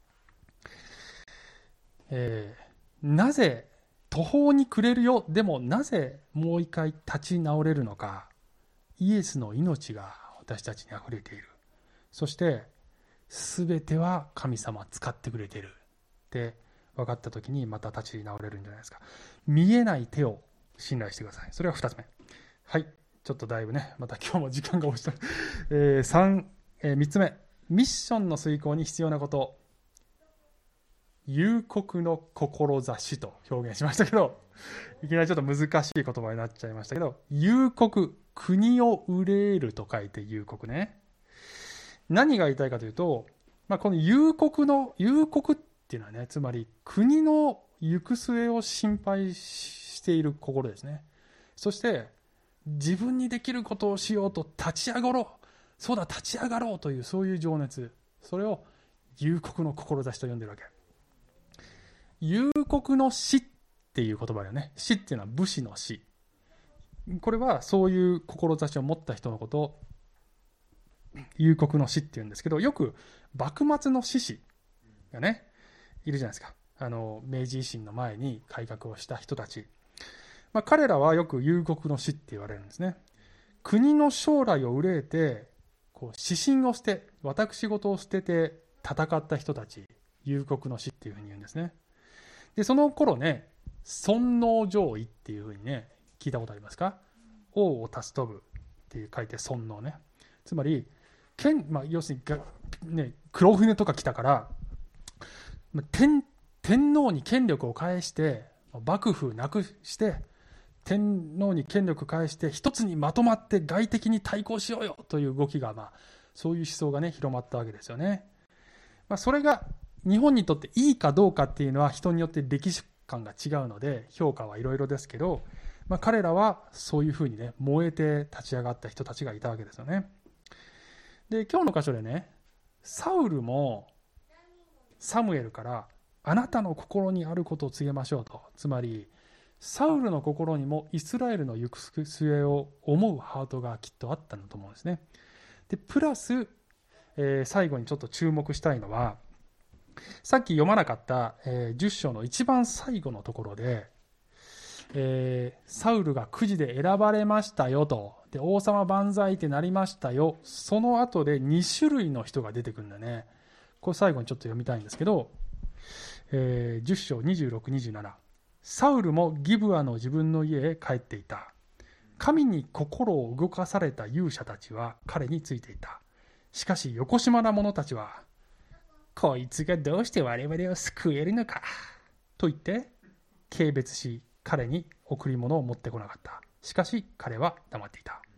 えー、なぜ途方に暮れるよ、でもなぜもう一回立ち直れるのか。イエスの命が私たちにあふれている。そして全ては神様使ってくれているって分かった時にまた立ち直れるんじゃないですか。見えない手を信頼してください。それがふたつめ。はい、ちょっとだいぶね、また今日も時間が押した、えー、3、えー、みっつめ、ミッションの遂行に必要なこと、幽谷の志と表現しましたけど、いきなりちょっと難しい言葉になっちゃいましたけど、幽谷、国を憂えると書いて幽谷ね。何が言いたいかというと、まあ、この幽谷の幽谷っていうのはね、つまり国の行く末を心配している心ですね。そして自分にできることをしようと立ち上がろう、そうだ立ち上がろうというそういう情熱、それを幽谷の志と呼んでるわけ。幽谷の死っていう言葉だよね。死っていうのは武士の死。これはそういう志を持った人のことを幽谷の死っていうんですけど、よく幕末の志士がねいるじゃないですか。あの明治維新の前に改革をした人たち、まあ、彼らはよく幽谷の死って言われるんですね。国の将来を憂えてこう指針を捨て、私事を捨てて戦った人たち、幽谷の死っていうふうに言うんですね。でその頃ね、尊王攘夷っていうふうにね聞いたことありますか。王を足す飛ぶっていう書いて尊王ね。つまり剣、まあ、要するに、ね、黒船とか来たから天、天皇に権力を返して幕府なくして天皇に権力返して一つにまとまって外敵に対抗しようよという動きが、まあ、そういう思想がね広まったわけですよね。まあ、それが日本にとっていいかどうかっていうのは人によって歴史観が違うので評価はいろいろですけど、まあ、彼らはそういうふうにね燃えて立ち上がった人たちがいたわけですよね。で今日の箇所でね、サウルもサムエルからあなたの心にあることを告げましょうと、つまりサウルの心にもイスラエルの行く末を思うハートがきっとあったんだと思うんですね。でプラス、えー、最後にちょっと注目したいのは、さっき読まなかった、えー、じゅっ章の一番最後のところで、えー、サウルがくじで選ばれましたよと、で王様万歳ってなりましたよ、その後でに種類の人が出てくるんだね。これ最後にちょっと読みたいんですけど、えー、じゅっ章にじゅうろく、にじゅうなな、サウルもギブアの自分の家へ帰っていた。神に心を動かされた勇者たちは彼についていた。しかしよこしまな者たちは、こいつがどうして我々を救えるのかと言って軽蔑し、彼に贈り物を持ってこなかった。しかし彼は黙っていた。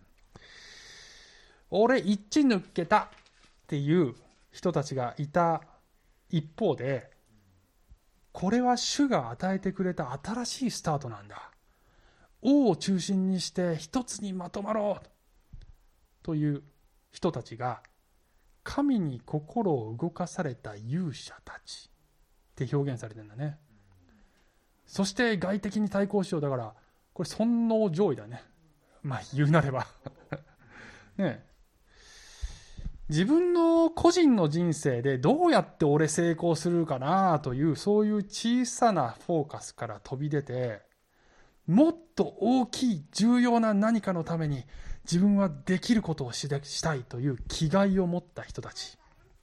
俺一致抜けたっていう人たちがいた一方で、これは主が与えてくれた新しいスタートなんだ、王を中心にして一つにまとまろうという人たちが、神に心を動かされた勇者たちって表現されてるんだね。そして外敵に対抗しよう。だからこれ尊王攘夷だね、まあ言うなればね。自分の個人の人生でどうやって俺成功するかなという、そういう小さなフォーカスから飛び出て、もっと大きい重要な何かのために自分はできることをしたいという気概を持った人たち。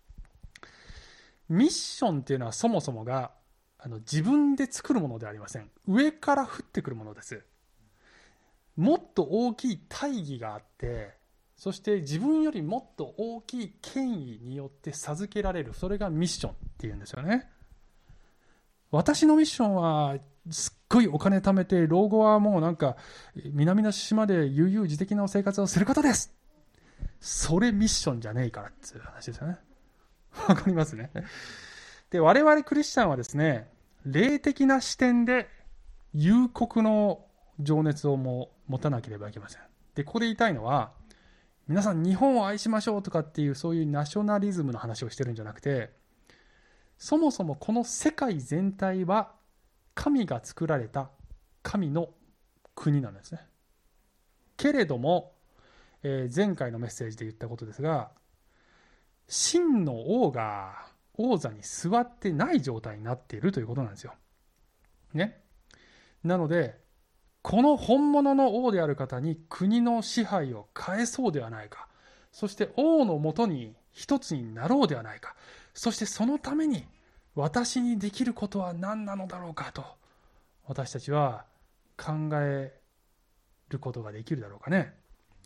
ミッションっていうのはそもそもがあの自分で作るものではありません。上から降ってくるものです。もっと大きい大義があって、 そして自分よりもっと大きい権威によって授けられる、それがミッションっていうんですよね。私のミッションはすっごいお金貯めて、老後はもうなんか南の島で悠々自適な生活をすることです。それミッションじゃねえからっていう話ですよね。わかりますね。で、我々クリスチャンはですね、霊的な視点で幽谷の情熱をも持たなければいけません。で、ここで言いたいのは、皆さん日本を愛しましょうとかっていうそういうナショナリズムの話をしてるんじゃなくて、そもそもこの世界全体は神が作られた神の国なんですね。けれども、えー、前回のメッセージで言ったことですが、真の王が王座に座ってない状態になっているということなんですよ。ね。なので、この本物の王である方に国の支配を返そうではないか。そして王のもとに一つになろうではないか。そしてそのために私にできることは何なのだろうかと、私たちは考えることができるだろうかね。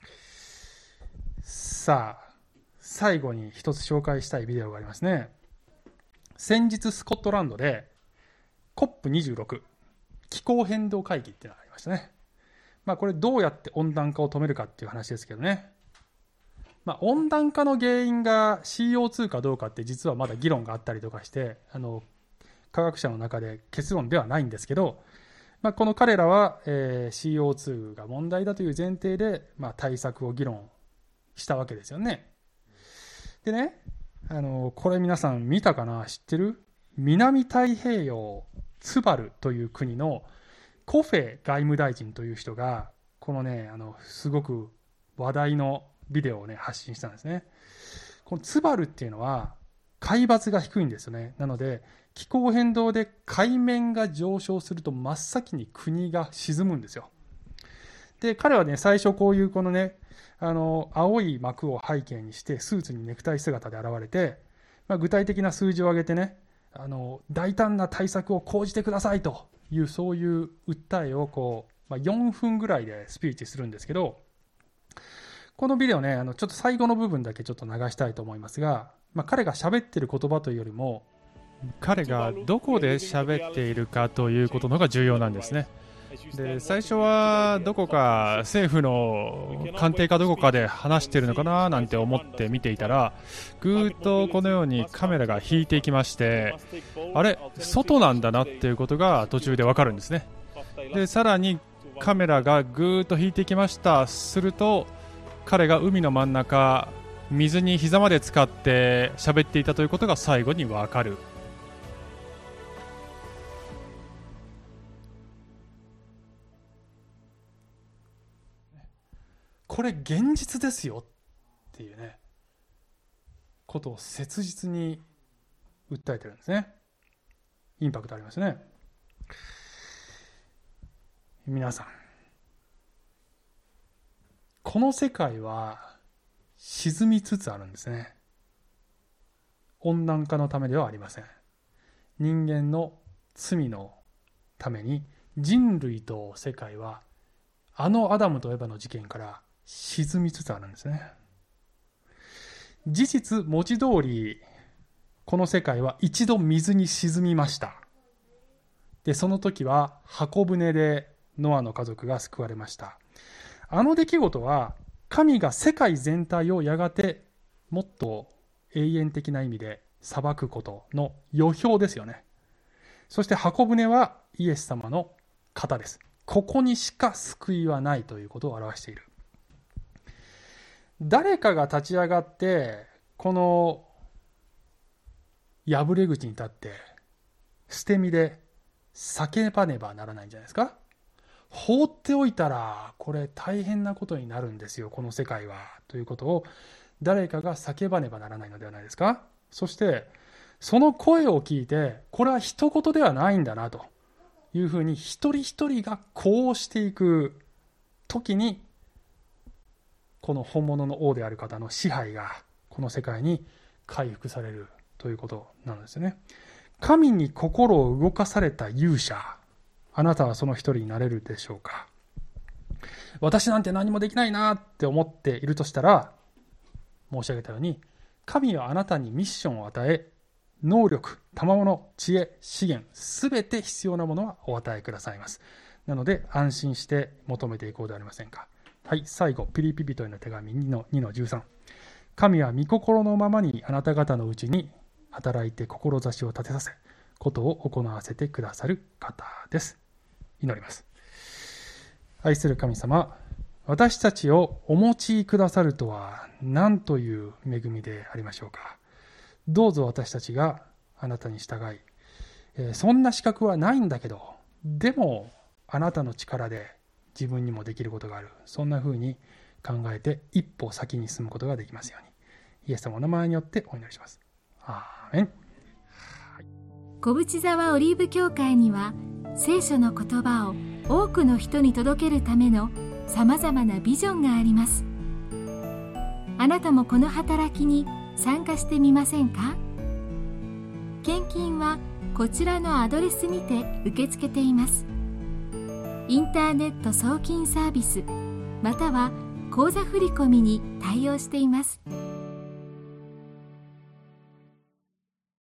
さあ、最後に一つ紹介したいビデオがありますね。先日スコットランドで コップにじゅうろく 気候変動会議っていうのがありましたね。まあこれどうやって温暖化を止めるかっていう話ですけどね。まあ温暖化の原因が シーオーツー かどうかって実はまだ議論があったりとかして、あの科学者の中で結論ではないんですけど、まあ、この彼らは、えー、シーオーツー が問題だという前提で、まあ、対策を議論したわけですよね。でね、あのこれ皆さん見たかな、知ってる？南太平洋ツバルという国のコフェ外務大臣という人がこのね、あのすごく話題のビデオをね発信したんですね。このツバルっていうのは海抜が低いんですよね。なので気候変動で海面が上昇すると真っ先に国が沈むんですよ。で、彼はね、最初こういうこのね、あの青い幕を背景にしてスーツにネクタイ姿で現れて、まあ、具体的な数字を挙げてね、あの大胆な対策を講じてくださいというそういう訴えをこう、まあ、よんぷんぐらいでスピーチするんですけど、このビデオね、あのちょっと最後の部分だけちょっと流したいと思いますが、まあ、彼が喋ってる言葉というよりも彼がどこで喋っているかということのが重要なんですね。で、最初はどこか政府の官邸かどこかで話しているのかななんて思って見ていたら、ぐーっとこのようにカメラが引いていきまして、あれ、外なんだなっていうことが途中でわかるんですね。で、さらにカメラがぐーっと引いていきました。すると彼が海の真ん中、水に膝まで浸かって喋っていたということが最後にわかる。これ現実ですよっていうねことを切実に訴えてるんですね。インパクトありますね。皆さん、この世界は沈みつつあるんですね。温暖化のためではありません。人間の罪のために人類と世界はあのアダムとエバの事件から沈みつつあるんですね。事実文字通りこの世界は一度水に沈みました。で、その時は箱舟でノアの家族が救われました。あの出来事は神が世界全体をやがてもっと永遠的な意味で裁くことの予表ですよね。そして箱舟はイエス様の方です。ここにしか救いはないということを表している。誰かが立ち上がってこの破れ口に立って捨て身で叫ばねばならないんじゃないですか。放っておいたらこれ大変なことになるんですよ、この世界は、ということを誰かが叫ばねばならないのではないですか。そしてその声を聞いて、これは一言ではないんだなというふうに一人一人がこうしていく時に、この本物の王である方の支配がこの世界に回復されるということなんですね。神に心を動かされた勇者、あなたはその一人になれるでしょうか。 私なんて何もできないなって思っているとしたら、申し上げたように、神はあなたにミッションを与え、能力、賜物、知恵、資源、すべて必要なものはお与えくださいます。なので安心して求めていこうではありませんか。はい、最後、ピリピ人への手紙 にのじゅうさん。神は御心のままにあなた方のうちに働いて志を立てさせ、ことを行わせてくださる方です。祈ります。愛する神様、私たちをお持ちくださるとは何という恵みでありましょうか。どうぞ私たちがあなたに従い、えー、そんな資格はないんだけど、でもあなたの力で自分にもできることがある。そんな風に考えて一歩先に進むことができますように。イエス様のお名前によってお祈りします。アーメン。 小淵沢オリーブ教会には聖書の言葉を多くの人に届けるためのさまざまなビジョンがあります。あなたもこの働きに参加してみませんか？献金はこちらのアドレスにて受け付けています。インターネット送金サービスまたは口座振込に対応しています。